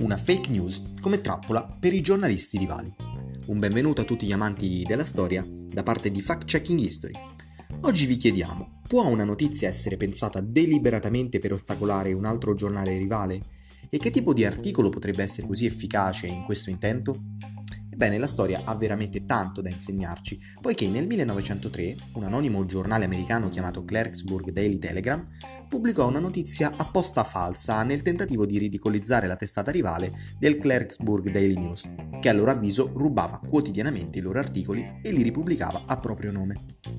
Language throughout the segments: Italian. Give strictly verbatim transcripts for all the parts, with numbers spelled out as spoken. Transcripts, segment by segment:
una fake news come trappola per i giornalisti rivali. Un benvenuto a tutti gli amanti della storia da parte di Fact Checking History. Oggi vi chiediamo, può una notizia essere pensata deliberatamente per ostacolare un altro giornale rivale? E che tipo di articolo potrebbe essere così efficace in questo intento? Ebbene, la storia ha veramente tanto da insegnarci, poiché nel millenovecentotre un anonimo giornale americano chiamato Clarksburg Daily Telegram pubblicò una notizia apposta falsa nel tentativo di ridicolizzare la testata rivale del Clarksburg Daily News, che a loro avviso rubava quotidianamente i loro articoli e li ripubblicava a proprio nome.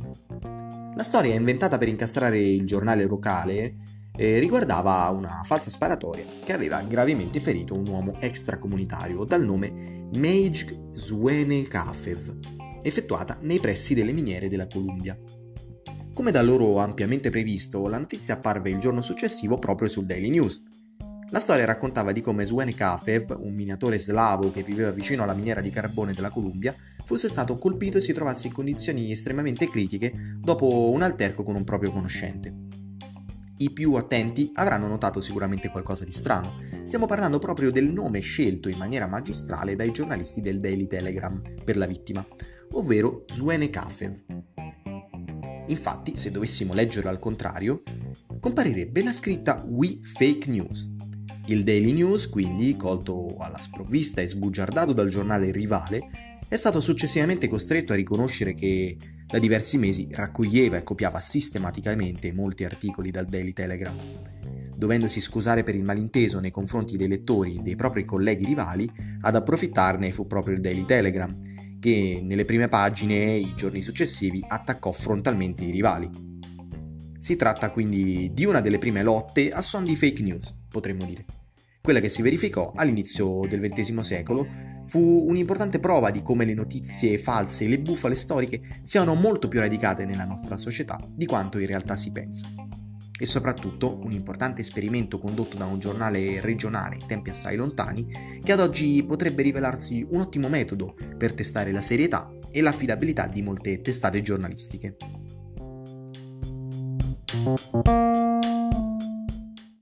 La storia inventata per incastrare il giornale locale eh, riguardava una falsa sparatoria che aveva gravemente ferito un uomo extracomunitario dal nome Mage Zwenekafev, effettuata nei pressi delle miniere della Columbia. Come da loro ampiamente previsto, la notizia apparve il giorno successivo proprio sul Daily News. La storia raccontava di come Zwenekafev, un minatore slavo che viveva vicino alla miniera di carbone della Columbia, fosse stato colpito e si trovasse in condizioni estremamente critiche dopo un alterco con un proprio conoscente. I più attenti avranno notato sicuramente qualcosa di strano. Stiamo parlando proprio del nome scelto in maniera magistrale dai giornalisti del Daily Telegram per la vittima, ovvero Zwenekafev. Infatti, se dovessimo leggerlo al contrario, comparirebbe la scritta We Fake News. Il Daily News, quindi, colto alla sprovvista e sbugiardato dal giornale rivale, è stato successivamente costretto a riconoscere che da diversi mesi raccoglieva e copiava sistematicamente molti articoli dal Daily Telegram. Dovendosi scusare per il malinteso nei confronti dei lettori e dei propri colleghi rivali, ad approfittarne fu proprio il Daily Telegram, che nelle prime pagine i giorni successivi attaccò frontalmente i rivali. Si tratta quindi di una delle prime lotte a suon di fake news, potremmo dire. Quella che si verificò all'inizio del ventesimo secolo fu un'importante prova di come le notizie false e le bufale storiche siano molto più radicate nella nostra società di quanto in realtà si pensa. E soprattutto un importante esperimento condotto da un giornale regionale in tempi assai lontani, che ad oggi potrebbe rivelarsi un ottimo metodo per testare la serietà e l'affidabilità di molte testate giornalistiche.